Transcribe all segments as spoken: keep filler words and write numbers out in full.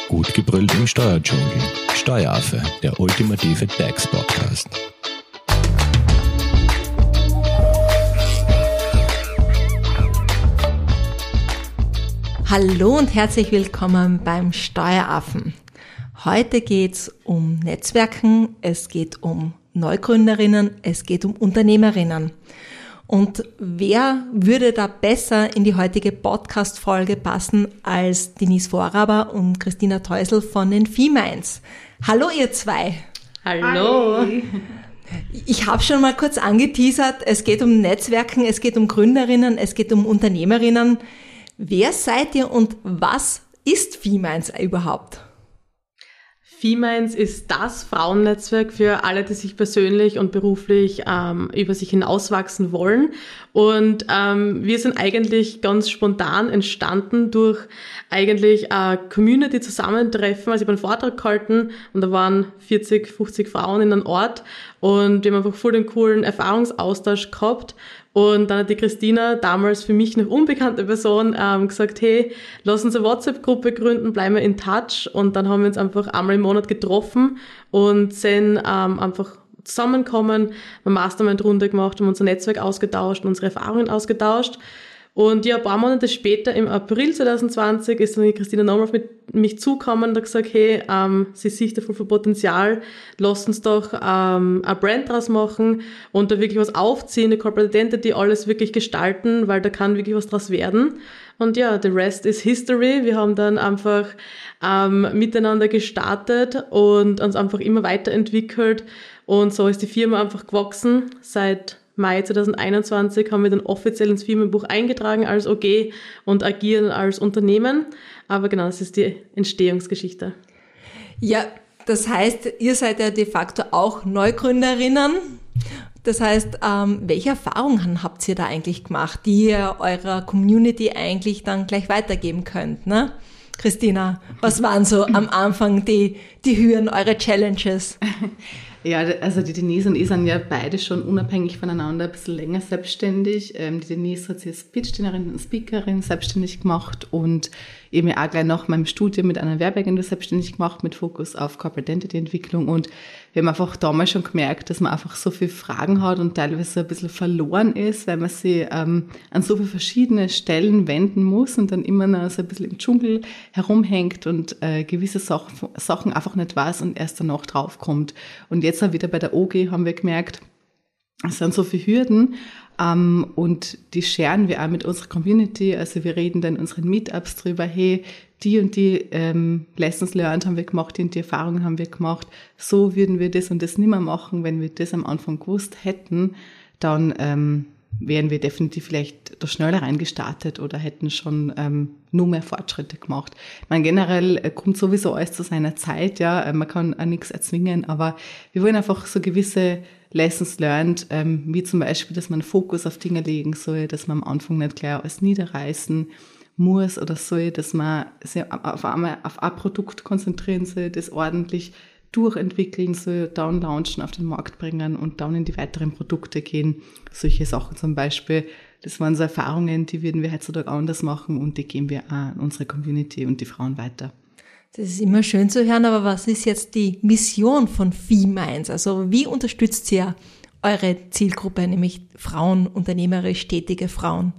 Gut gebrüllt im Steuerdschungel. Steueraffe, der ultimative Tax-Podcast. Hallo und herzlich willkommen beim Steueraffen. Heute geht's um Netzwerken, es geht um Neugründerinnen, es geht um Unternehmerinnen. Und wer würde da besser in die heutige Podcast-Folge passen als Denise Vorraber und Christina Teusel von den Femines? Hallo ihr zwei. Hallo. Hi. Ich habe schon mal kurz angeteasert, es geht um Netzwerken, es geht um Gründerinnen, es geht um Unternehmerinnen. Wer seid ihr und was ist Femines überhaupt? Femines ist das Frauennetzwerk für alle, die sich persönlich und beruflich ähm, über sich hinauswachsen wollen. Und ähm, wir sind eigentlich ganz spontan entstanden durch eigentlich äh, Community-Zusammentreffen. Also ich habe einen Vortrag gehalten und da waren vierzig, fünfzig Frauen in einem Ort und wir haben einfach voll den coolen Erfahrungsaustausch gehabt. Und dann hat die Christina, damals für mich noch unbekannte Person, ähm, gesagt, hey, lass uns eine WhatsApp-Gruppe gründen, bleiben wir in touch. Und dann haben wir uns einfach einmal im Monat getroffen und sind ähm, einfach zusammengekommen, eine Mastermind-Runde gemacht, haben unser Netzwerk ausgetauscht, unsere Erfahrungen ausgetauscht. Und ja, ein paar Monate später, im April zwanzig zwanzig, ist dann die Christina nochmal mit mich zugekommen und hat gesagt, hey, ähm, sie sieht da voll viel Potenzial, lass uns doch ähm, eine Brand draus machen und da wirklich was aufziehen, eine Corporate Identity, alles wirklich gestalten, weil da kann wirklich was draus werden. Und ja, the rest is history. Wir haben dann einfach ähm, miteinander gestartet und uns einfach immer weiterentwickelt und so ist die Firma einfach gewachsen. Seit Mai zwanzig einundzwanzig haben wir dann offiziell ins Firmenbuch eingetragen als O G und agieren als Unternehmen. Aber genau, das ist die Entstehungsgeschichte. Ja, das heißt, ihr seid ja de facto auch Neugründerinnen. Das heißt, ähm, welche Erfahrungen habt ihr da eigentlich gemacht, die ihr eurer Community eigentlich dann gleich weitergeben könnt, ne? Christina, was waren so am Anfang die, die Hürden, eure Challenges? Ja, also die Denise und ich sind ja beide schon unabhängig voneinander ein bisschen länger selbstständig. Die Denise hat sich als Pitch-Trainerin und Speakerin selbstständig gemacht und eben auch gleich nach meinem Studium mit einer Werbeagentur selbstständig gemacht, mit Fokus auf Corporate Identity-Entwicklung. Und wir haben einfach damals schon gemerkt, dass man einfach so viele Fragen hat und teilweise ein bisschen verloren ist, weil man sich ähm, an so viele verschiedene Stellen wenden muss und dann immer noch so ein bisschen im Dschungel herumhängt und äh, gewisse Sachen, Sachen einfach nicht weiß und erst danach draufkommt. Und jetzt auch wieder bei der O G haben wir gemerkt, es sind so viele Hürden, um, und die scheren wir auch mit unserer Community. Also wir reden dann in unseren Meetups drüber, hey, die und die ähm, Lessons learned haben wir gemacht, die und die Erfahrungen haben wir gemacht. So würden wir das und das nicht mehr machen. Wenn wir das am Anfang gewusst hätten, dann ähm, wären wir definitiv vielleicht da schneller reingestartet oder hätten schon ähm, nur mehr Fortschritte gemacht. Ich meine, generell äh, kommt sowieso alles zu seiner Zeit, ja, äh, man kann auch nichts erzwingen, aber wir wollen einfach so gewisse Lessons learned, ähm, wie zum Beispiel, dass man Fokus auf Dinge legen soll, dass man am Anfang nicht gleich alles niederreißen muss oder soll, dass man sich auf einmal auf ein Produkt konzentrieren soll, das ordentlich durchentwickeln soll, dann launchen, auf den Markt bringen und dann in die weiteren Produkte gehen. Solche Sachen zum Beispiel, das waren so Erfahrungen, die würden wir heutzutage anders machen und die geben wir auch an unsere Community und die Frauen weiter. Das ist immer schön zu hören, aber was ist jetzt die Mission von Femines? Also wie unterstützt ihr eure Zielgruppe, nämlich Frauen, unternehmerisch tätige Frauen?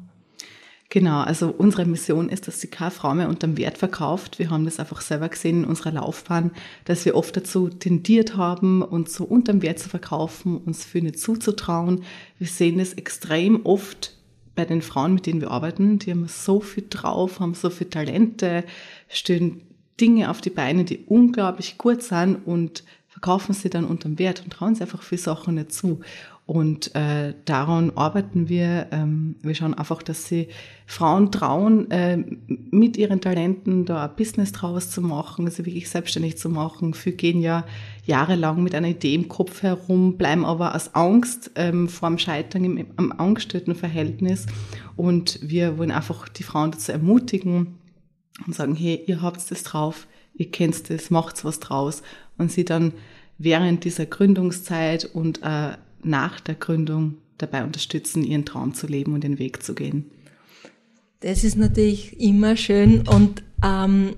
Genau, also unsere Mission ist, dass sich keine Frau mehr unterm Wert verkauft. Wir haben das einfach selber gesehen in unserer Laufbahn, dass wir oft dazu tendiert haben, uns so unterm Wert zu verkaufen, uns für nicht zuzutrauen. Wir sehen das extrem oft bei den Frauen, mit denen wir arbeiten. Die haben so viel drauf, haben so viele Talente, stellen Dinge auf die Beine, die unglaublich gut sind und verkaufen sie dann unterm Wert und trauen sie einfach viele Sachen nicht zu. Und äh, daran arbeiten wir. Ähm, wir schauen einfach, dass sie Frauen trauen, äh, mit ihren Talenten da ein Business draus zu machen, also wirklich selbstständig zu machen. Viele gehen ja jahrelang mit einer Idee im Kopf herum, bleiben aber aus Angst ähm, vor dem Scheitern im, im Angestelltenverhältnis. Und wir wollen einfach die Frauen dazu ermutigen und sagen, hey, ihr habt das drauf, ihr kennt das, macht was draus. Und sie dann während dieser Gründungszeit und äh, nach der Gründung dabei unterstützen, ihren Traum zu leben und den Weg zu gehen. Das ist natürlich immer schön und ähm,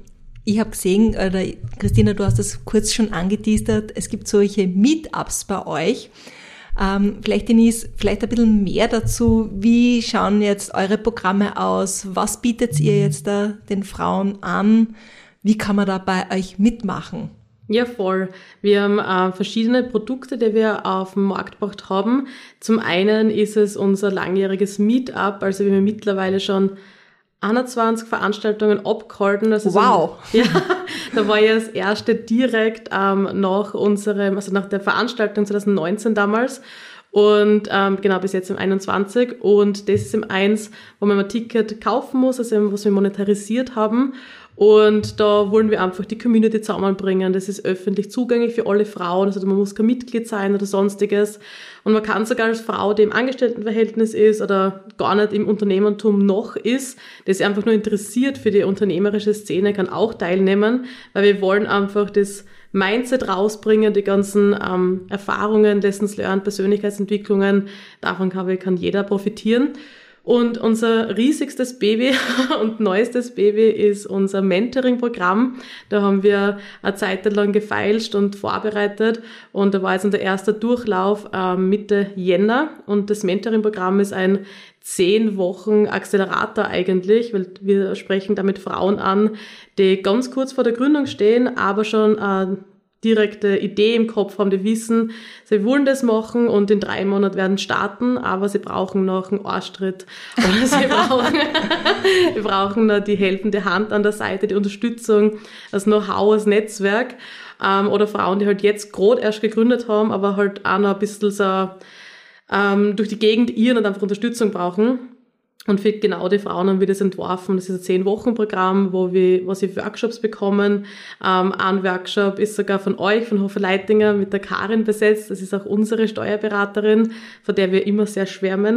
Ich habe gesehen, oder Christina, du hast das kurz schon angeteasert, es gibt solche Meetups bei euch. Ähm, vielleicht, Denise, vielleicht ein bisschen mehr dazu. Wie schauen jetzt eure Programme aus? Was bietet ihr jetzt da den Frauen an? Wie kann man da bei euch mitmachen? Ja, voll. Wir haben äh, verschiedene Produkte, die wir auf den Markt gebracht haben. Zum einen ist es unser langjähriges Meetup, also wir haben mittlerweile schon einundzwanzig Veranstaltungen abgehalten. Also wow! So, ja, da war ja das erste direkt ähm, nach unserem, also nach der Veranstaltung zwanzig neunzehn damals. Und ähm, genau, bis jetzt im einundzwanzig. Und das ist im eins, wo man ein Ticket kaufen muss, also eben, was wir monetarisiert haben. Und da wollen wir einfach die Community zusammenbringen. Das ist öffentlich zugänglich für alle Frauen. Also man muss kein Mitglied sein oder sonstiges. Und man kann sogar als Frau, die im Angestelltenverhältnis ist oder gar nicht im Unternehmertum noch ist, der sich einfach nur interessiert für die unternehmerische Szene, kann auch teilnehmen, weil wir wollen einfach das Mindset rausbringen, die ganzen ähm, Erfahrungen, Lessons learned, Persönlichkeitsentwicklungen. Davon kann, kann jeder profitieren. Und unser riesigstes Baby und neuestes Baby ist unser Mentoring-Programm. Da haben wir eine Zeit lang gefeilscht und vorbereitet und da war jetzt unser erster Durchlauf äh, Mitte Jänner und das Mentoring-Programm ist ein zehn Wochen Accelerator eigentlich, weil wir sprechen damit Frauen an, die ganz kurz vor der Gründung stehen, aber schon äh, direkte Idee im Kopf haben, die wissen, sie wollen das machen und in drei Monaten werden starten, aber sie brauchen noch einen Arschtritt. Oder sie brauchen, wir brauchen noch die helfende Hand an der Seite, die Unterstützung, das Know-how, das Netzwerk. Ähm, oder Frauen, die halt jetzt gerade erst gegründet haben, aber halt auch noch ein bisschen so ähm, durch die Gegend irren und einfach Unterstützung brauchen. Und für genau die Frauen haben wir das entworfen. Das ist ein zehn-Wochen-Programm, wo wir, wo sie Workshops bekommen. Ähm, ein Workshop ist sogar von euch, von Hofer Leitinger, mit der Karin besetzt. Das ist auch unsere Steuerberaterin, von der wir immer sehr schwärmen.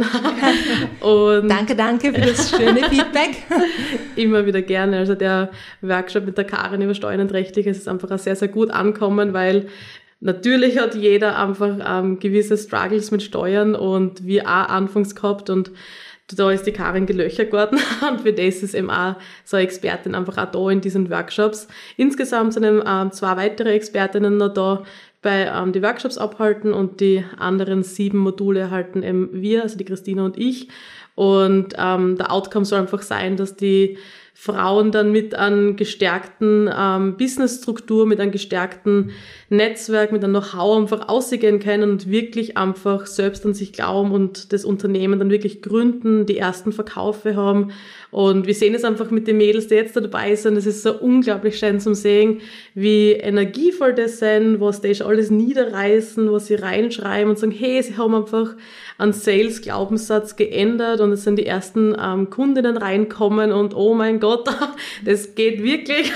Und danke, danke für das schöne Feedback. Immer wieder gerne. Also der Workshop mit der Karin über Steuern und Rechtliches ist einfach auch sehr, sehr gut ankommen, weil natürlich hat jeder einfach ähm, gewisse Struggles mit Steuern und wir auch anfangs gehabt und da ist die Karin gelöchert geworden und für das ist eben auch so eine Expertin einfach auch da in diesen Workshops. Insgesamt sind eben ähm, zwei weitere Expertinnen noch da bei ähm, die Workshops abhalten und die anderen sieben Module erhalten eben wir, also die Christina und ich. Und ähm, der Outcome soll einfach sein, dass die Frauen dann mit einem gestärkten ähm, Businessstruktur, mit einem gestärkten Netzwerk, mit einem Know-how einfach ausgehen können und wirklich einfach selbst an sich glauben und das Unternehmen dann wirklich gründen, die ersten Verkaufe haben. Und wir sehen es einfach mit den Mädels, die jetzt da dabei sind. Es ist so unglaublich schön zum Sehen, wie energievoll das sind, was die alles niederreißen, was sie reinschreiben und sagen, hey, sie haben einfach einen Sales-Glaubenssatz geändert und es sind die ersten ähm, Kundinnen reinkommen und oh mein Gott, das geht wirklich.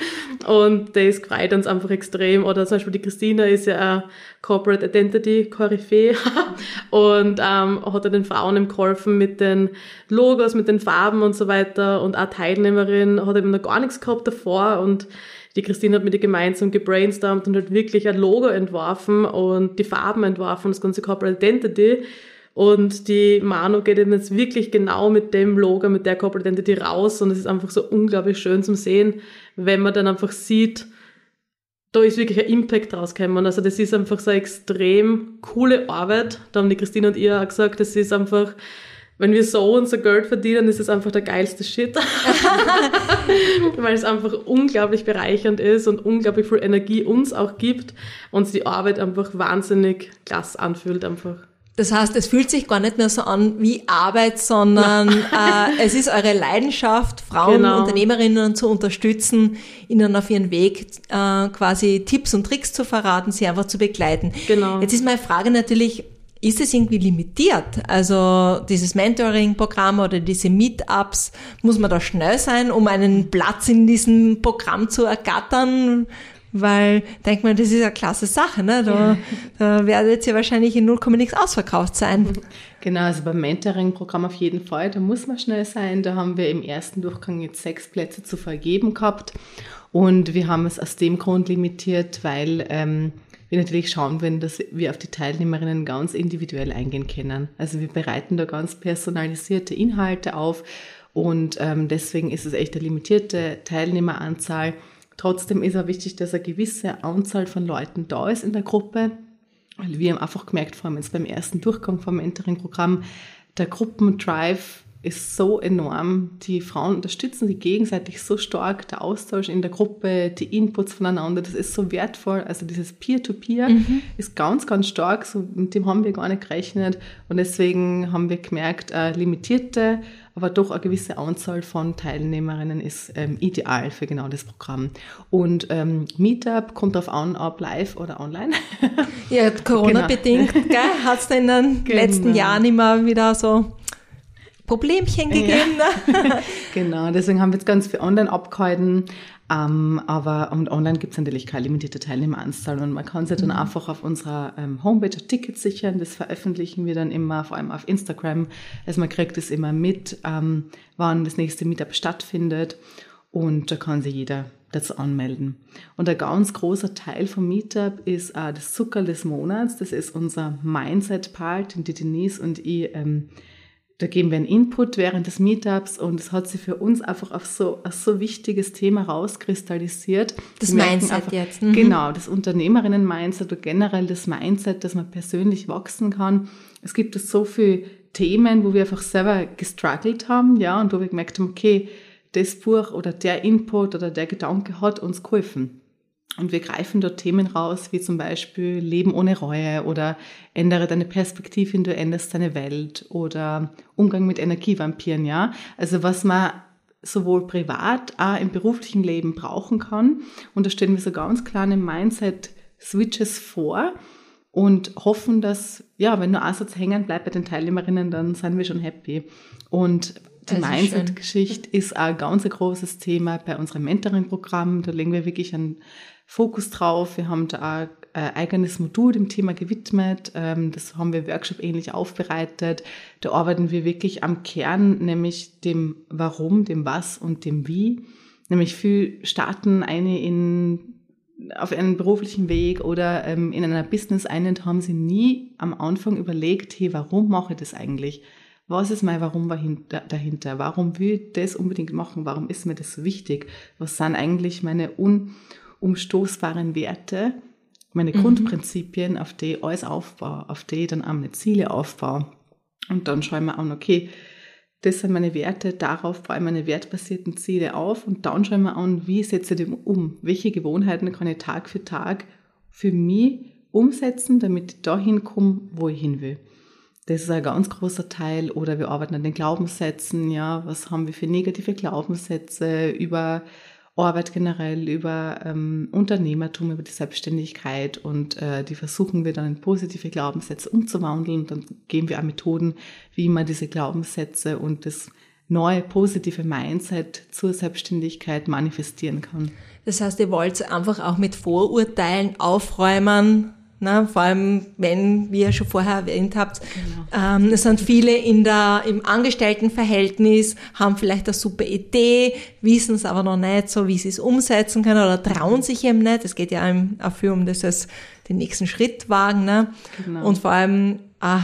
Und das freut uns einfach extrem. Oder zum Beispiel die Christina ist ja eine Corporate Identity Koryphäe und ähm, hat ja den Frauen eben geholfen mit den Logos, mit den Farben und so weiter. Und auch Teilnehmerin hat eben noch gar nichts gehabt davor und die Christine hat mit ihr gemeinsam gebrainstormt und hat wirklich ein Logo entworfen und die Farben entworfen, das ganze Corporate Identity. Und die Manu geht eben jetzt wirklich genau mit dem Logo, mit der Corporate Identity raus und es ist einfach so unglaublich schön zum Sehen, wenn man dann einfach sieht, da ist wirklich ein Impact rausgekommen. Also das ist einfach so eine extrem coole Arbeit. Da haben die Christine und ihr auch gesagt, das ist einfach, wenn wir so unser Geld verdienen, ist es einfach der geilste Shit. Weil es einfach unglaublich bereichernd ist und unglaublich viel Energie uns auch gibt und die Arbeit einfach wahnsinnig klasse anfühlt einfach. Das heißt, es fühlt sich gar nicht mehr so an wie Arbeit, sondern äh, es ist eure Leidenschaft, Frauen, genau. Unternehmerinnen zu unterstützen, ihnen auf ihren Weg äh, quasi Tipps und Tricks zu verraten, sie einfach zu begleiten. Genau. Jetzt ist meine Frage natürlich, ist es irgendwie limitiert? Also dieses Mentoring-Programm oder diese Meetups, muss man da schnell sein, um einen Platz in diesem Programm zu ergattern? Weil, denkt man, das ist eine klasse Sache, ne? Da, ja. da werdet ihr wahrscheinlich in null Komma nix ausverkauft sein. Genau, also beim Mentoring-Programm auf jeden Fall, da muss man schnell sein. Da haben wir im ersten Durchgang jetzt sechs Plätze zu vergeben gehabt. Und wir haben es aus dem Grund limitiert, weil ähm, wir natürlich schauen wollen, dass wir auf die Teilnehmerinnen ganz individuell eingehen können. Also wir bereiten da ganz personalisierte Inhalte auf und ähm, deswegen ist es echt eine limitierte Teilnehmeranzahl. Trotzdem ist auch wichtig, dass eine gewisse Anzahl von Leuten da ist in der Gruppe, weil wir haben einfach gemerkt, vor allem jetzt beim ersten Durchgang vom Mentoring-Programm, der Gruppendrive ist so enorm. Die Frauen unterstützen sich gegenseitig so stark, der Austausch in der Gruppe, die Inputs voneinander, das ist so wertvoll. Also dieses Peer-to-Peer mhm. ist ganz, ganz stark, so, mit dem haben wir gar nicht gerechnet. Und deswegen haben wir gemerkt, eine limitierte, aber doch eine gewisse Anzahl von Teilnehmerinnen ist ähm, ideal für genau das Programm. Und ähm, Meetup kommt darauf an, ob live oder online. Ja, Corona-bedingt, genau. Gell, hat es da in den genau. letzten Jahren immer wieder so Problemchen gegeben. Ja. Ne? Genau, deswegen haben wir jetzt ganz viel online abgehalten. Ähm, aber und online gibt es natürlich keine limitierte Teilnehmeranzahl und man kann sich dann mhm. einfach auf unserer ähm, Homepage Tickets sichern. Das veröffentlichen wir dann immer, vor allem auf Instagram. Also man kriegt es immer mit, ähm, wann das nächste Meetup stattfindet und da kann sich jeder dazu anmelden. Und ein ganz großer Teil vom Meetup ist äh, das Zuckerl des Monats. Das ist unser Mindset-Part, den die Denise und ich ähm, da geben wir einen Input während des Meetups und es hat sich für uns einfach auf so ein so wichtiges Thema rauskristallisiert. Das Mindset einfach, jetzt. Mhm. Genau, das Unternehmerinnen-Mindset und generell das Mindset, dass man persönlich wachsen kann. Es gibt so viele Themen, wo wir einfach selber gestruggelt haben, ja, und wo wir gemerkt haben, okay, das Buch oder der Input oder der Gedanke hat uns geholfen. Und wir greifen dort Themen raus, wie zum Beispiel Leben ohne Reue oder ändere deine Perspektive, du änderst deine Welt oder Umgang mit Energievampiren, ja. Also was man sowohl privat als auch im beruflichen Leben brauchen kann. Und da stellen wir so ganz kleine Mindset-Switches vor und hoffen, dass, ja, wenn nur ein Satz hängen bleibt bei den Teilnehmerinnen, dann sind wir schon happy. Und die Mindset-Geschichte ist auch ein ganz großes Thema bei unserem Mentoring-Programm. Da legen wir wirklich einen Fokus drauf. Wir haben da auch ein eigenes Modul dem Thema gewidmet. Das haben wir Workshop-ähnlich aufbereitet. Da arbeiten wir wirklich am Kern, nämlich dem Warum, dem Was und dem Wie. Nämlich viel starten eine in auf einen beruflichen Weg oder ähm, in einer Business ein und haben sie nie am Anfang überlegt, hey, warum mache ich das eigentlich? Was ist mein Warum dahinter? Warum will ich das unbedingt machen? Warum ist mir das so wichtig? Was sind eigentlich meine unumstoßbaren Werte, meine mhm. Grundprinzipien, auf die ich alles aufbaue, auf die ich dann auch meine Ziele aufbaue? Und dann schauen wir an, okay, das sind meine Werte, darauf baue ich meine wertbasierten Ziele auf und dann schauen wir an, wie setze ich dem um? Welche Gewohnheiten kann ich Tag für Tag für mich umsetzen, damit ich dahin komme, wo ich hin will? Das ist ein ganz großer Teil. Oder wir arbeiten an den Glaubenssätzen, ja, was haben wir für negative Glaubenssätze über Arbeit generell, über ähm, Unternehmertum, über die Selbstständigkeit und äh, die versuchen wir dann in positive Glaubenssätze umzuwandeln und dann geben wir auch Methoden, wie man diese Glaubenssätze und das neue positive Mindset zur Selbstständigkeit manifestieren kann. Das heißt, ihr wollt einfach auch mit Vorurteilen aufräumen, na, vor allem, wenn, wie ihr schon vorher erwähnt habt, genau. ähm, es sind viele in der, im Angestelltenverhältnis, haben vielleicht eine super Idee, wissen es aber noch nicht so, wie sie es umsetzen können oder trauen sich eben nicht. Es geht ja auch viel um das, den nächsten Schritt wagen, ne? Genau. Und vor allem, ah,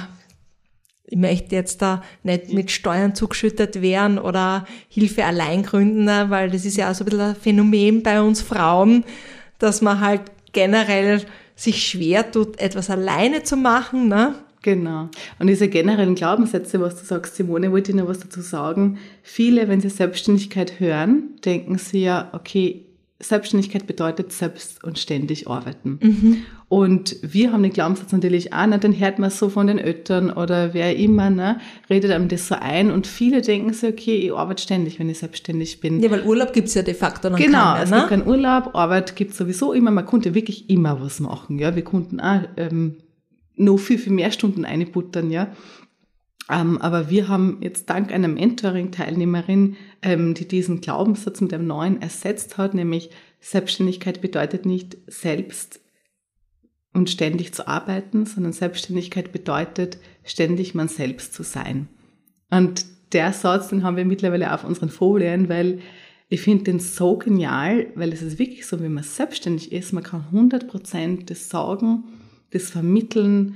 ich möchte jetzt da nicht mit Steuern zugeschüttet werden oder Hilfe allein gründen, ne? Weil das ist ja auch so ein bisschen ein Phänomen bei uns Frauen, dass man halt generell sich schwer tut, etwas alleine zu machen, ne? Genau. Und diese generellen Glaubenssätze, was du sagst, Simone, wollte ich noch was dazu sagen. Viele, wenn sie Selbstständigkeit hören, denken sie ja, okay, Selbstständigkeit bedeutet selbst und ständig arbeiten. Mhm. Und wir haben den Glaubenssatz natürlich auch, ne, den hört man so von den Eltern oder wer immer, ne, redet einem das so ein und viele denken so, okay, ich arbeite ständig, wenn ich selbstständig bin. Ja, weil Urlaub gibt's ja de facto noch Genau, keinen mehr, es ne? gibt keinen Urlaub, Arbeit gibt's sowieso immer, man konnte wirklich immer was machen, ja, wir konnten auch ähm, noch viel, viel mehr Stunden einbuttern, ja. Ähm, aber wir haben jetzt dank einer Mentoring-Teilnehmerin, ähm, die diesen Glaubenssatz mit einem neuen ersetzt hat, nämlich Selbstständigkeit bedeutet nicht selbst und ständig zu arbeiten, sondern Selbstständigkeit bedeutet ständig man selbst zu sein. Und der Satz, den haben wir mittlerweile auf unseren Folien, weil ich finde den so genial, weil es ist wirklich so, wenn man selbstständig ist, man kann hundert Prozent das sagen, das vermitteln,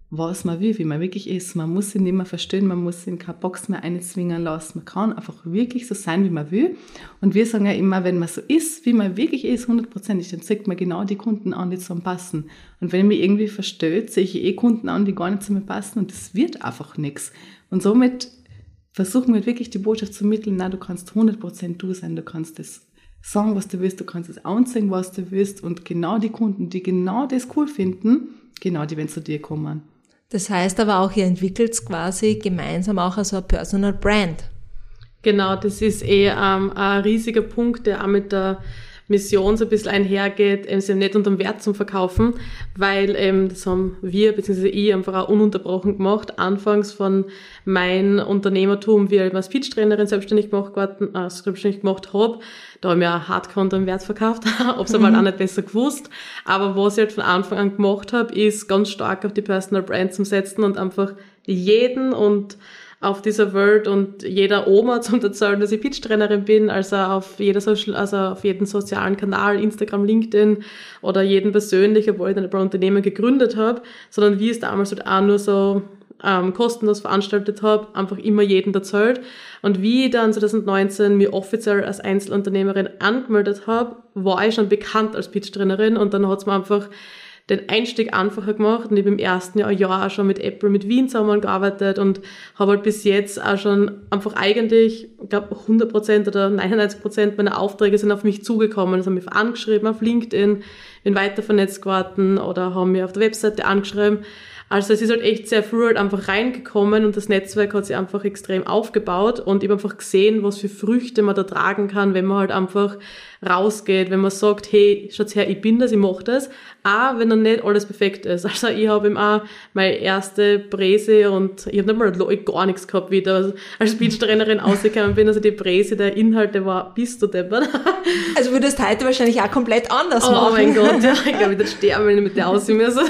was man will, wie man wirklich ist. Man muss sich nicht mehr verstehen, man muss sich in keine Box mehr einzwingen lassen. Man kann einfach wirklich so sein, wie man will. Und wir sagen ja immer, wenn man so ist, wie man wirklich ist, hundertprozentig, dann zeigt man genau die Kunden an, die zu einem passen. Und wenn ich mich irgendwie verstellt, sehe ich eh Kunden an, die gar nicht zu mir passen und das wird einfach nichts. Und somit versuchen wir wirklich die Botschaft zu vermitteln, nein, du kannst hundert Prozent du sein, du kannst das sagen, was du willst, du kannst das anziehen, was du willst und genau die Kunden, die genau das cool finden, genau die werden zu dir kommen. Das heißt aber auch, ihr entwickelt quasi gemeinsam auch also eine Personal Brand. Genau, das ist eh ähm, ein riesiger Punkt, der auch mit der Mission so ein bisschen einhergeht, ähm, sie nicht unterm Wert zum Verkaufen, weil ähm, das haben wir, beziehungsweise ich, einfach auch ununterbrochen gemacht. Anfangs von meinem Unternehmertum, wie ich als Pitch-Trainerin selbstständig gemacht, geworden, äh, selbstständig gemacht habe, da habe ich auch hardcore unterm Wert verkauft, habe es aber mhm. auch nicht besser gewusst. Aber was ich halt von Anfang an gemacht habe, ist ganz stark auf die Personal Brand zu setzen und einfach jeden und auf dieser Welt und jeder Oma zum erzählen, dass ich Pitch-Trainerin bin, also auf jeder Social, also auf jeden sozialen Kanal, Instagram, LinkedIn oder jeden persönlich, obwohl ich dann ein Unternehmen gegründet habe, sondern wie ich es damals halt auch nur so ähm, kostenlos veranstaltet habe, einfach immer jeden erzählt. Und wie ich dann zwanzig neunzehn mich offiziell als Einzelunternehmerin angemeldet habe, war ich schon bekannt als Pitch-Trainerin und dann hat es mir einfach den Einstieg einfacher gemacht und ich habe im ersten Jahr, Jahr auch schon mit Apple, mit Wien zusammengearbeitet und habe halt bis jetzt auch schon einfach eigentlich, ich glaube hundert Prozent oder neunundneunzig Prozent meiner Aufträge sind auf mich zugekommen. Das haben mich angeschrieben auf LinkedIn, bin weiter vernetzt geworden oder haben mich auf der Webseite angeschrieben. Also es ist halt echt sehr früh halt einfach reingekommen und das Netzwerk hat sich einfach extrem aufgebaut und ich habe einfach gesehen, was für Früchte man da tragen kann, wenn man halt einfach rausgeht, wenn man sagt, hey, schaut her, ich bin das, ich mache das, auch wenn dann nicht alles perfekt ist. Also ich habe eben auch meine erste Präse und ich habe nicht mal gar nichts gehabt, wie ich da als Speech-Trainerin rausgekommen bin. Also die Präse, der Inhalt, der war bis zu deppert. Also würdest du heute wahrscheinlich auch komplett anders oh machen. Oh mein Gott, ja, ich glaube, ich würde sterben, wenn ich mit der aussehen müsse.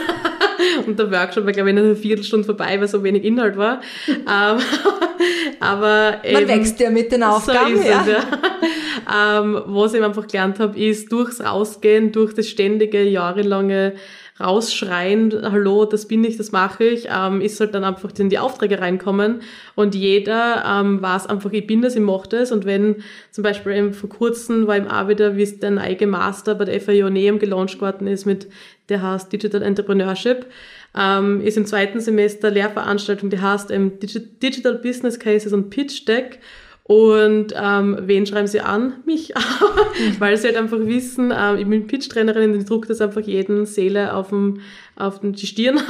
Und der Workshop war, glaube ich, eine Viertelstunde vorbei, weil so wenig Inhalt war. ähm, aber eben, man wächst ja mit den Aufgaben. So ist ja. es, ja. ähm, was ich einfach gelernt habe, ist durchs Rausgehen, durch das ständige, jahrelange Rausschreien, hallo, das bin ich, das mache ich, ähm, ist halt dann einfach in die Aufträge reinkommen und jeder ähm, weiß einfach, ich bin das, ich mache das und wenn zum Beispiel eben vor kurzem war eben auch wieder, wie es der neue Master bei der F A I O Neum gelauncht worden ist mit, der heißt Digital Entrepreneurship, ähm, ist im zweiten Semester Lehrveranstaltung, die heißt ähm, Digital Business Cases und Pitch Deck. Und ähm, wen schreiben sie an? Mich. Weil sie halt einfach wissen, ähm, ich bin Pitch-Trainerin und ich drucke das einfach jeden Seele auf, dem, auf den, die Stirn.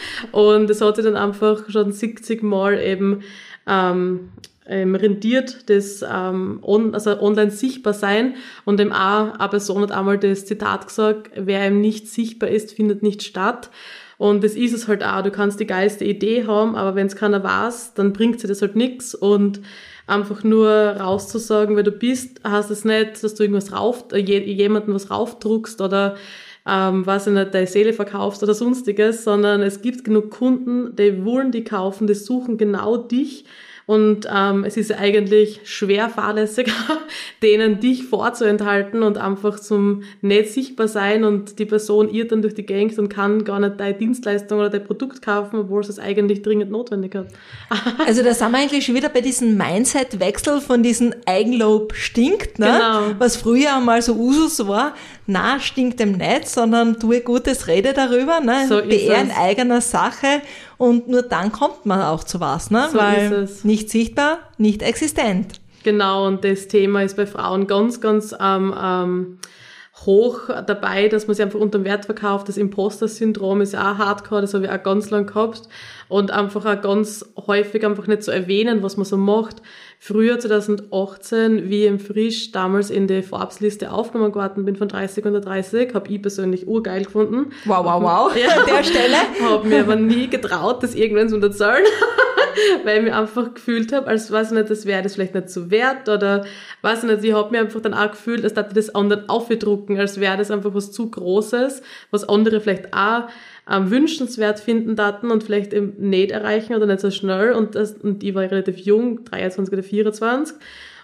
Und es hat sich dann einfach schon siebzig Mal eben ähm, ähm, rendiert, das ähm, on, also online sichtbar sein. Und eben auch eine Person hat einmal das Zitat gesagt, wer eben nicht sichtbar ist, findet nicht statt. Und das ist es halt auch. Du kannst die geilste Idee haben, aber wenn es keiner weiß, dann bringt sie das halt nichts. Und einfach nur rauszusagen, wer du bist, heißt es nicht, dass du irgendwas rauf, äh, jemanden was raufdruckst oder ähm, weiß ich nicht, deine Seele verkaufst oder sonstiges, sondern es gibt genug Kunden, die wollen die kaufen, die suchen genau dich. Und ähm, es ist eigentlich schwer fahrlässig, denen dich vorzuenthalten und einfach zum nicht sichtbar sein und die Person irrt dann durch die Gegend und kann gar nicht deine Dienstleistung oder dein Produkt kaufen, obwohl es es eigentlich dringend notwendig hat. Also da sind wir eigentlich schon wieder bei diesem Mindset-Wechsel von diesem Eigenlob stinkt, ne? Genau. Was früher einmal so Usus war, na, stinkt dem nicht, sondern tue Gutes, rede darüber, ne? So ist B R in es. eigener Sache und nur dann kommt man auch zu was, ne? So Weil ist es. nicht sichtbar, nicht existent. Genau, und das Thema ist bei Frauen ganz, ganz ähm, ähm, hoch dabei, dass man sich einfach unter dem Wert verkauft. Das Imposter-Syndrom ist ja auch hardcore, das habe ich auch ganz lang gehabt. Und einfach auch ganz häufig einfach nicht zu erwähnen, was man so macht. Früher, zwanzig achtzehn, wie ich im Frisch damals in die Forbes-Liste aufgenommen geworden bin von dreißig unter dreißig, habe ich persönlich urgeil gefunden. Wow, wow, wow, ja, an der Stelle. Habe mir aber nie getraut, das irgendwann zu erzählen, weil ich mich einfach gefühlt habe, als weiß ich nicht, das wäre das vielleicht nicht so wert oder weiß ich nicht, ich habe mir einfach dann auch gefühlt, als dass ich das anderen aufdrucken, als wäre das einfach was zu Großes, was andere vielleicht auch ähm, wünschenswert finden daten und vielleicht eben nicht erreichen oder nicht so schnell und, das, und ich war relativ jung, dreiundzwanzig oder vierundzwanzig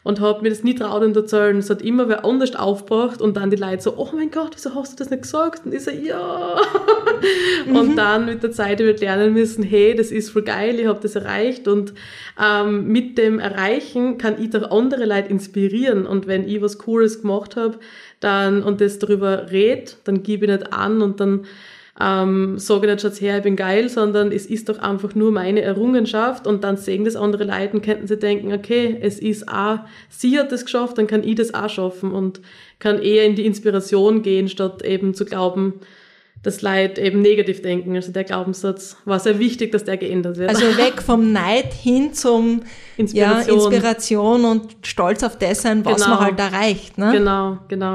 und habe mir das nie traut und erzählen. Es hat immer wer anders aufgebracht und dann die Leute so, oh mein Gott, wieso hast du das nicht gesagt? Und ich so, ja. Mhm. Und dann mit der Zeit wird lernen müssen, hey, das ist voll geil, ich habe das erreicht und ähm, mit dem Erreichen kann ich doch andere Leute inspirieren und wenn ich was Cooles gemacht habe dann und das darüber red, dann gebe ich nicht an und dann Ähm, sage nicht, schaut's her, ich bin geil, sondern es ist doch einfach nur meine Errungenschaft und dann sehen das andere Leute und könnten sie denken, okay, es ist auch, sie hat das geschafft, dann kann ich das auch schaffen und kann eher in die Inspiration gehen, statt eben zu glauben, dass Leute eben negativ denken. Also der Glaubenssatz war sehr wichtig, dass der geändert wird. Also weg vom Neid hin zum Inspiration, ja, Inspiration und stolz auf das sein, was genau. man halt erreicht. Ne? Genau, genau.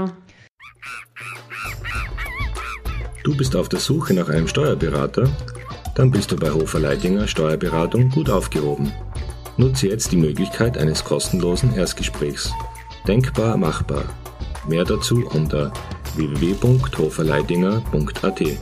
Du bist auf der Suche nach einem Steuerberater? Dann bist du bei Hofer Leidinger Steuerberatung gut aufgehoben. Nutze jetzt die Möglichkeit eines kostenlosen Erstgesprächs. Denkbar machbar. Mehr dazu unter w w w punkt hoferleidinger punkt a t.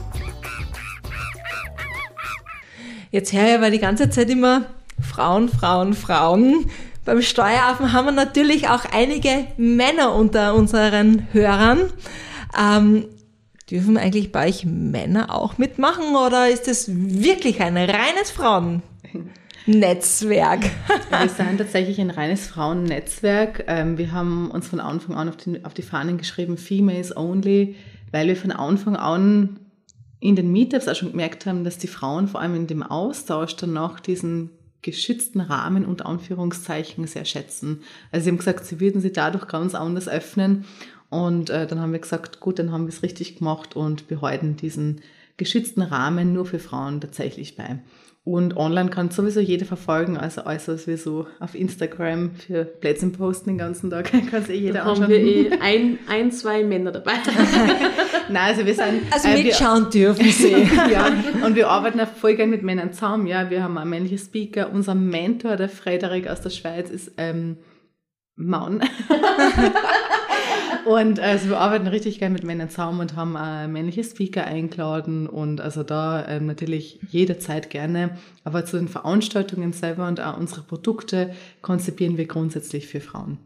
Jetzt höre ich aber die ganze Zeit immer Frauen, Frauen, Frauen. Beim Steueraffen haben wir natürlich auch einige Männer unter unseren Hörern. Ähm, Dürfen eigentlich bei euch Männer auch mitmachen oder ist es wirklich ein reines Frauennetzwerk? Wir sind tatsächlich ein reines Frauennetzwerk. Wir haben uns von Anfang an auf die, auf die Fahnen geschrieben, Females Only, weil wir von Anfang an in den Meetups auch schon gemerkt haben, dass die Frauen vor allem in dem Austausch danach diesen geschützten Rahmen unter Anführungszeichen sehr schätzen. Also sie haben gesagt, sie würden sich dadurch ganz anders öffnen. Und äh, dann haben wir gesagt, gut, dann haben wir es richtig gemacht und behalten diesen geschützten Rahmen nur für Frauen tatsächlich bei. Und online kann sowieso jeder verfolgen, also alles, was wir so auf Instagram für Plätzchen posten den ganzen Tag, kann sich eh jeder da anschauen. Haben wir eh ein, ein, zwei Männer dabei. Nein, also wir sind... Also äh, mitschauen wir, dürfen sie. Ja, und wir arbeiten auch voll gerne mit Männern zusammen. Ja, wir haben einen männlichen Speaker. Unser Mentor, der Frederik aus der Schweiz, ist ähm, Mann. Und also wir arbeiten richtig gerne mit Männern zusammen und haben äh, männliche Speaker eingeladen und also da ähm, natürlich jederzeit gerne, aber zu den Veranstaltungen selber und auch unsere Produkte konzipieren wir grundsätzlich für Frauen.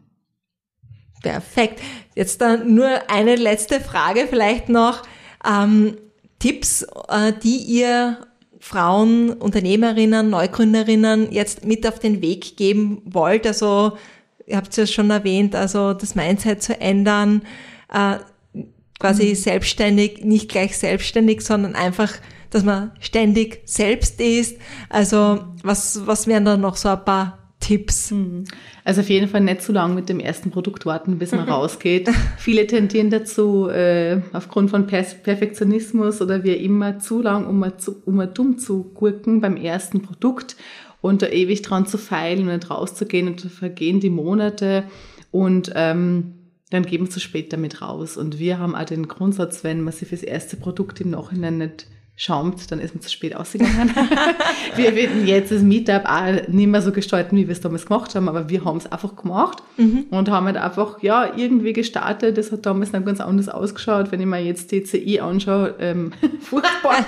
Perfekt. Jetzt dann nur eine letzte Frage vielleicht noch. Ähm, Tipps, äh, die ihr Frauen, Unternehmerinnen, Neugründerinnen jetzt mit auf den Weg geben wollt, also ihr habt es ja schon erwähnt, also das Mindset zu ändern, äh, quasi mhm. selbstständig, nicht gleich selbstständig, sondern einfach, dass man ständig selbst ist. Also was, was wären da noch so ein paar Tipps? Mhm. Also auf jeden Fall nicht zu lang mit dem ersten Produkt warten, bis man rausgeht. Viele tendieren dazu, äh, aufgrund von per- Perfektionismus oder wie immer, zu lang, um mal, zu, um mal dumm zu gurken beim ersten Produkt. Und da ewig dran zu feilen und nicht rauszugehen und da vergehen die Monate und ähm, dann geben wir zu spät damit raus. Und wir haben auch den Grundsatz, wenn man sich fürs erste Produkt im Nachhinein nicht schaumt, dann ist man zu spät ausgegangen. Wir werden jetzt das Meetup auch nicht mehr so gestalten, wie wir es damals gemacht haben, aber wir haben es einfach gemacht mhm. und haben halt einfach ja irgendwie gestartet. Das hat damals noch ganz anders ausgeschaut, wenn ich mir jetzt D C I anschaue, ähm, furchtbar.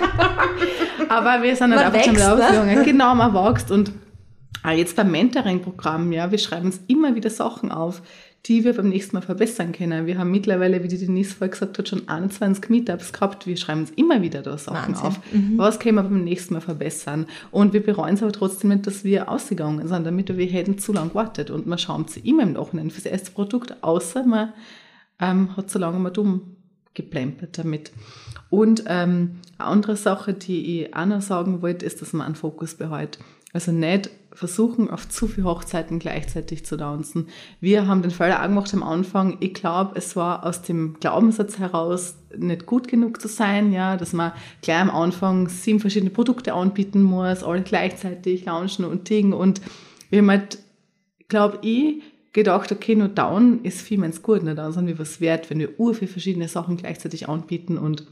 Aber wir sind halt man einfach zum Lauf gegangen. Genau, man wächst und auch jetzt beim Mentoring-Programm, ja, wir schreiben uns immer wieder Sachen auf, die wir beim nächsten Mal verbessern können. Wir haben mittlerweile, wie die Denise vorher gesagt hat, schon einundzwanzig Meetups gehabt. Wir schreiben uns immer wieder da Sachen Wahnsinn. auf. Mhm. Was können wir beim nächsten Mal verbessern? Und wir bereuen es aber trotzdem nicht, dass wir ausgegangen sind, damit wir hätten zu lange gewartet. Und man schaut sich immer im Nachhinein fürs erste Produkt, außer man ähm, hat so lange mal dumm geplempert damit. Und ähm, eine andere Sache, die ich auch noch sagen wollte, ist, dass man einen Fokus behält. Also nicht versuchen, auf zu viele Hochzeiten gleichzeitig zu tanzen. Wir haben den Fehler auch gemacht am Anfang. Ich glaube, es war aus dem Glaubenssatz heraus nicht gut genug zu sein, ja, dass man gleich am Anfang sieben verschiedene Produkte anbieten muss, alle gleichzeitig launchen und dingen. Und wir haben halt, glaube ich, gedacht, okay, nur down ist viel meins gut, nicht? Dann sind wir was wert, wenn wir ur viele verschiedene Sachen gleichzeitig anbieten. Und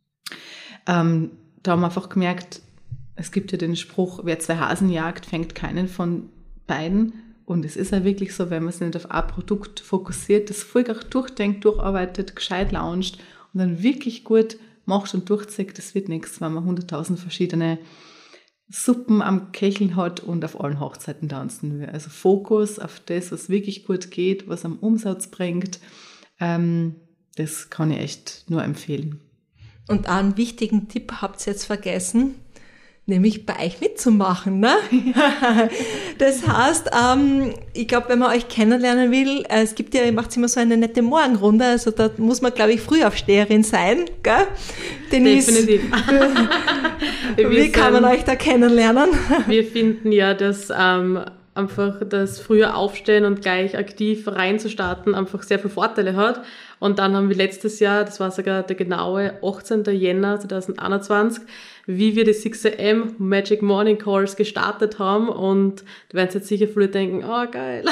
ähm, da haben wir einfach gemerkt, es gibt ja den Spruch, wer zwei Hasen jagt, fängt keinen von beiden. Und es ist ja wirklich so, wenn man sich nicht auf ein Produkt fokussiert, das voll durchdenkt, durcharbeitet, gescheit launcht und dann wirklich gut macht und durchzieht, das wird nichts, wenn man hunderttausend verschiedene Suppen am Köcheln hat und auf allen Hochzeiten tanzen will. Also Fokus auf das, was wirklich gut geht, was am Umsatz bringt. Ähm, das kann ich echt nur empfehlen. Und einen wichtigen Tipp habt ihr jetzt vergessen, nämlich bei euch mitzumachen, ne? Das heißt, ähm, ich glaube, wenn man euch kennenlernen will, äh, es gibt ja, ihr macht immer so eine nette Morgenrunde, also da muss man, glaube ich, Frühaufsteherin sein, gell? Denise, definitiv. Wie kann man euch da kennenlernen? Wir finden ja, dass ähm, einfach das frühe Aufstehen und gleich aktiv reinzustarten einfach sehr viele Vorteile hat. Und dann haben wir letztes Jahr, das war sogar der genaue achtzehnten Jänner zweitausendeinundzwanzig, wie wir die sechs a m Magic Morning Calls gestartet haben. Und da werden jetzt sicher viele denken, oh geil.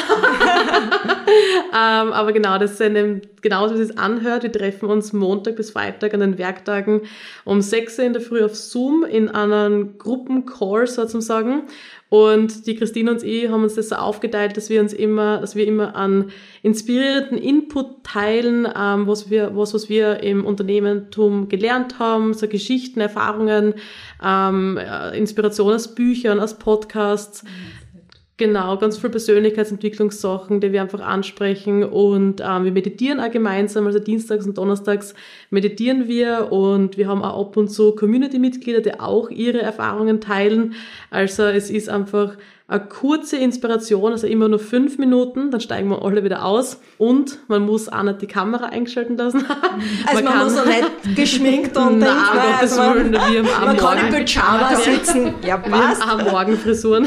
ähm, aber genau, das ist einem, genauso wie es anhört. Wir treffen uns Montag bis Freitag an den Werktagen um sechs Uhr in der Früh auf Zoom in einem Gruppencall sozusagen. Und die Christine und ich haben uns das so aufgeteilt, dass wir uns immer, dass wir immer an inspirierenden Input teilen, ähm, was wir, was, was wir im Unternehmertum gelernt haben, so Geschichten, Erfahrungen, ähm, Inspiration aus Büchern, aus Podcasts. Genau, ganz viel Persönlichkeitsentwicklungssachen, die wir einfach ansprechen, und ähm, wir meditieren auch gemeinsam, also dienstags und donnerstags meditieren wir, und wir haben auch ab und zu Community-Mitglieder, die auch ihre Erfahrungen teilen. Also es ist einfach eine kurze Inspiration, also immer nur fünf Minuten, dann steigen wir alle wieder aus, und man muss auch nicht die Kamera eingeschalten lassen. Also man, man muss auch nicht geschminkt und Nein, denkt, also man, wir haben man kann im Pyjama sitzen. Ja, passt. Wir haben auch Morgenfrisuren.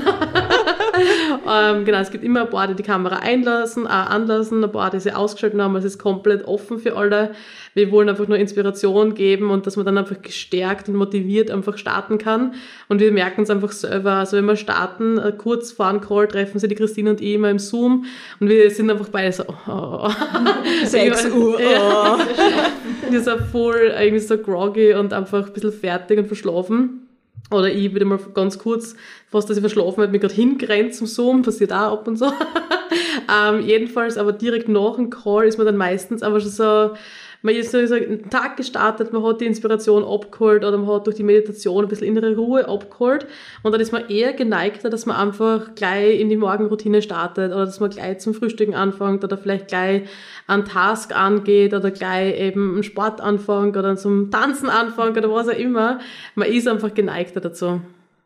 ähm, genau, es gibt immer ein paar, die die Kamera einlassen, auch anlassen, ein paar, die sie ausgeschaltet haben, also es ist komplett offen für alle. Wir wollen einfach nur Inspiration geben und dass man dann einfach gestärkt und motiviert einfach starten kann. Und wir merken es einfach selber, also wenn wir starten, kurz vor einem Call treffen sie die Christine und ich immer im Zoom, und wir sind einfach beide so, oh. sechs Uhr, oh. Wir sind voll irgendwie so groggy und einfach ein bisschen fertig und verschlafen. Oder ich wieder mal ganz kurz, fast dass ich verschlafen habe, mich gerade hingerannt zum Zoom, passiert auch ab und so. ähm, jedenfalls, aber direkt nach dem Call ist man dann meistens einfach schon so, man ist so einen Tag gestartet, man hat die Inspiration abgeholt oder man hat durch die Meditation ein bisschen innere Ruhe abgeholt, und dann ist man eher geneigter, dass man einfach gleich in die Morgenroutine startet oder dass man gleich zum Frühstücken anfängt oder vielleicht gleich einen Task angeht oder gleich eben einen Sport anfängt oder zum Tanzen anfängt oder was auch immer. Man ist einfach geneigter dazu.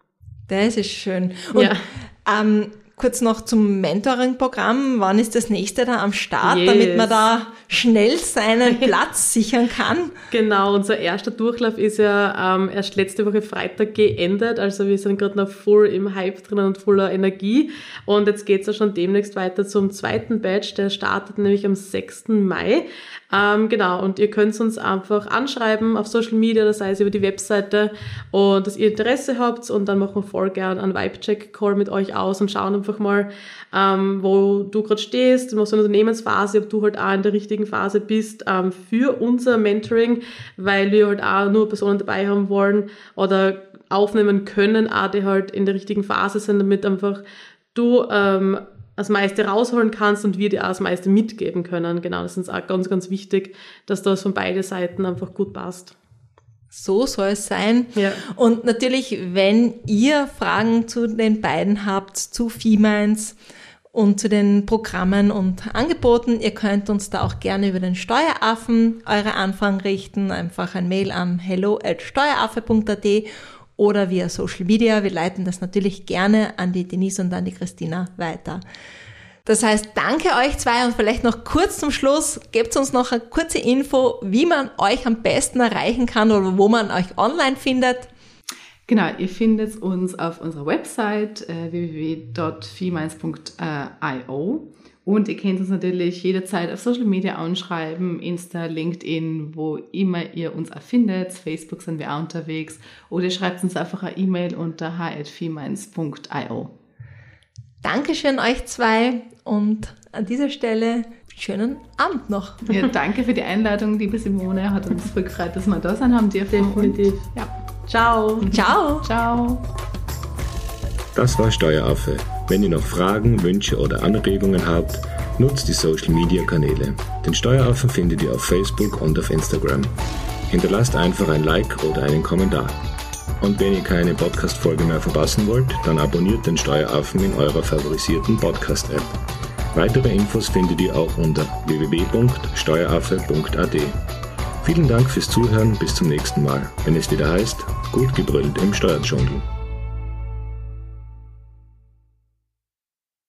Das ist schön. Und ja. ähm, kurz noch zum Mentoring-Programm. Wann ist das nächste da am Start, yes. damit man da schnell seinen Platz sichern kann? Genau, unser erster Durchlauf ist ja ähm, erst letzte Woche Freitag geendet. Also wir sind gerade noch voll im Hype drin und voller Energie. Und jetzt geht's ja schon demnächst weiter zum zweiten Batch. Der startet nämlich am sechsten Mai. Ähm, genau, und ihr könnt uns einfach anschreiben auf Social Media, das heißt über die Webseite, und dass ihr Interesse habt, und dann machen wir voll gern einen Vibe-Check-Call mit euch aus und schauen einfach mal, ähm, wo du gerade stehst, in was für einer Unternehmensphase, ob du halt auch in der richtigen Phase bist ähm, für unser Mentoring, weil wir halt auch nur Personen dabei haben wollen oder aufnehmen können, auch die halt in der richtigen Phase sind, damit einfach du ähm, das meiste rausholen kannst und wir dir auch das meiste mitgeben können. Genau, das ist uns auch ganz, ganz wichtig, dass das von beiden Seiten einfach gut passt. So soll es sein. Ja. Und natürlich, wenn ihr Fragen zu den beiden habt, zu Feminds und zu den Programmen und Angeboten, ihr könnt uns da auch gerne über den Steueraffen eure Anfragen richten. Einfach ein Mail an hello at steueraffe punkt a t oder via Social Media. Wir leiten das natürlich gerne an die Denise und an die Christina weiter. Das heißt, danke euch zwei, und vielleicht noch kurz zum Schluss, gebt uns noch eine kurze Info, wie man euch am besten erreichen kann oder wo man euch online findet. Genau, ihr findet uns auf unserer Website äh, w w w punkt femines punkt i o. Und ihr könnt uns natürlich jederzeit auf Social Media anschreiben, Insta, LinkedIn, wo immer ihr uns erfindet. Facebook sind wir auch unterwegs. Oder ihr schreibt uns einfach eine E-Mail unter hi at femines punkt i o. Dankeschön euch zwei, und an dieser Stelle schönen Abend noch. Ja, danke für die Einladung, liebe Simone. Hat uns voll gefreut, dass wir da sein haben dürfen. Definitiv. Ja. Ciao. Ciao. Ciao. Das war Steueraffe. Wenn ihr noch Fragen, Wünsche oder Anregungen habt, nutzt die Social Media Kanäle. Den Steueraffen findet ihr auf Facebook und auf Instagram. Hinterlasst einfach ein Like oder einen Kommentar. Und wenn ihr keine Podcast-Folge mehr verpassen wollt, dann abonniert den Steueraffen in eurer favorisierten Podcast-App. Weitere Infos findet ihr auch unter w w w punkt steueraffe punkt a t. Vielen Dank fürs Zuhören, bis zum nächsten Mal, wenn es wieder heißt, gut gebrüllt im Steuerdschungel.